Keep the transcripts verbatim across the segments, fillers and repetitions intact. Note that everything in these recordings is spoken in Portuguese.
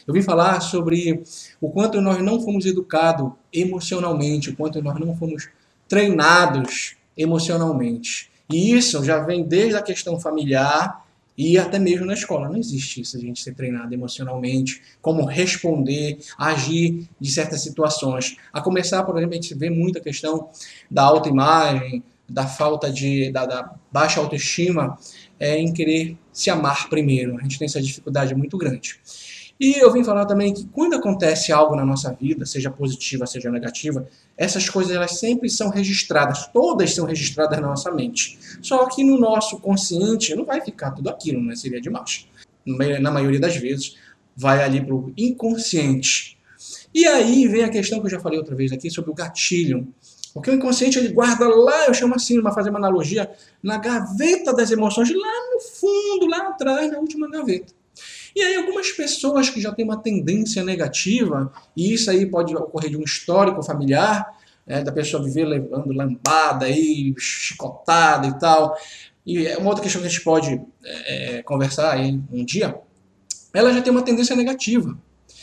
Eu vim falar sobre o quanto nós não fomos educados emocionalmente, o quanto nós não fomos treinados emocionalmente. E isso já vem desde a questão familiar e até mesmo na escola. Não existe isso, a gente ser treinado emocionalmente, como responder, agir de certas situações. A começar, por exemplo, a gente vê muita questão da autoimagem, da falta de, da, da baixa autoestima, é, em querer se amar primeiro. A gente tem essa dificuldade muito grande. E eu vim falar também que quando acontece algo na nossa vida, seja positiva, seja negativa, essas coisas elas sempre são registradas, todas são registradas na nossa mente. Só que no nosso consciente não vai ficar tudo aquilo, né? Seria demais. Na maioria das vezes, vai ali para o inconsciente. E aí vem a questão que eu já falei outra vez aqui sobre o gatilho. Porque o inconsciente ele guarda lá, eu chamo assim, para fazer uma analogia, na gaveta das emoções, lá no fundo, lá atrás, na última gaveta. E aí algumas pessoas que já têm uma tendência negativa, e isso aí pode ocorrer de um histórico familiar, é, da pessoa viver levando lambada, aí, chicotada e tal, e é uma outra questão que a gente pode é, conversar aí um dia, ela já tem uma tendência negativa.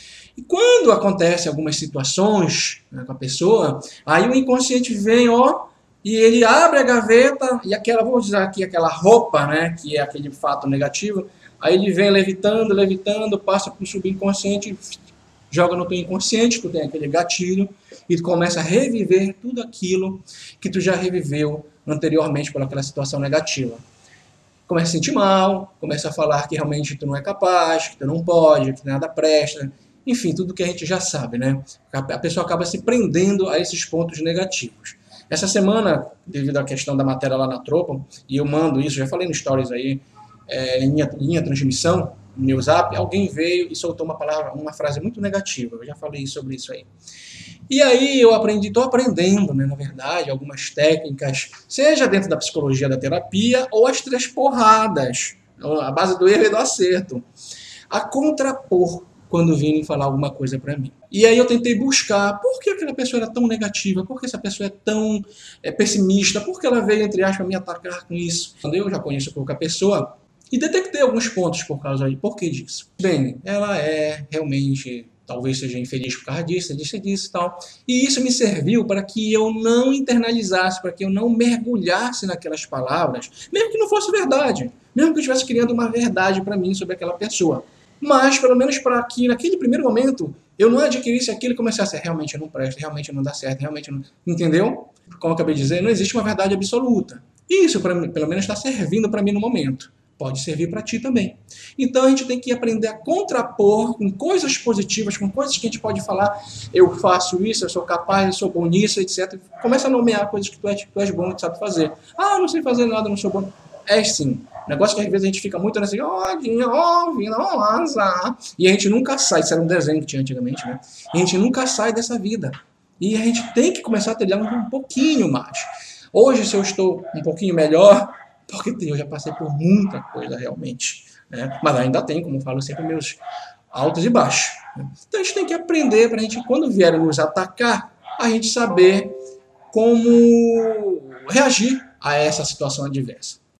E quando acontecem algumas situações, né, com a pessoa, aí o inconsciente vem, ó, e ele abre a gaveta, e aquela, vou dizer aqui, aquela roupa, né, que é aquele fato negativo, aí ele vem levitando, levitando, passa para o subconsciente, joga no teu inconsciente, tu tem aquele gatilho, e tu começa a reviver tudo aquilo que tu já reviveu anteriormente por aquela situação negativa. Começa a sentir mal, começa a falar que realmente tu não é capaz, que tu não pode, que nada presta, enfim, tudo que a gente já sabe, né? A pessoa acaba se prendendo a esses pontos negativos. Essa semana, devido à questão da matéria lá na Tropa, e eu mando isso, já falei no Stories aí, é, em minha, minha transmissão, no meu zap, alguém veio e soltou uma palavra, uma frase muito negativa. Eu já falei sobre isso aí. E aí eu aprendi, estou aprendendo, né, na verdade, algumas técnicas, seja dentro da psicologia da terapia ou as três porradas, a base do erro e do acerto, a contrapor quando virem falar alguma coisa para mim. E aí eu tentei buscar por que aquela pessoa era tão negativa, por que essa pessoa é tão é, pessimista, por que ela veio, entre aspas, me atacar com isso. Eu já conheço pouco a pessoa e detectei alguns pontos por causa de por que disso. Bem, ela é realmente, talvez seja infeliz por causa disso, disso, disso e tal. E isso me serviu para que eu não internalizasse, para que eu não mergulhasse naquelas palavras, mesmo que não fosse verdade, mesmo que eu estivesse criando uma verdade para mim sobre aquela pessoa. Mas, pelo menos para que, naquele primeiro momento, eu não adquirisse aquilo e começasse a realmente eu não presto, realmente não dá certo, realmente não... Entendeu? Como eu acabei de dizer, não existe uma verdade absoluta. E isso, pra mim, pelo menos, está servindo para mim no momento. Pode servir para ti também. Então, a gente tem que aprender a contrapor com coisas positivas, com coisas que a gente pode falar, eu faço isso, eu sou capaz, eu sou bom nisso, etcétera. Começa a nomear coisas que tu és, tu és bom, que tu sabe fazer. Ah, não sei fazer nada, não sou bom. É sim. Negócio que às vezes a gente fica muito nessa, ó, Dinho, ó, Vina, ó, azar. E a gente nunca sai, isso era um desenho que tinha antigamente, né? E a gente nunca sai dessa vida. E a gente tem que começar a trilhar um, um pouquinho mais. Hoje, se eu estou um pouquinho melhor, porque eu já passei por muita coisa realmente, né? Mas ainda tem, como eu falo, sempre meus altos e baixos. Né? Então a gente tem que aprender para a gente, quando vierem nos atacar, a gente saber como reagir a essa situação adversa.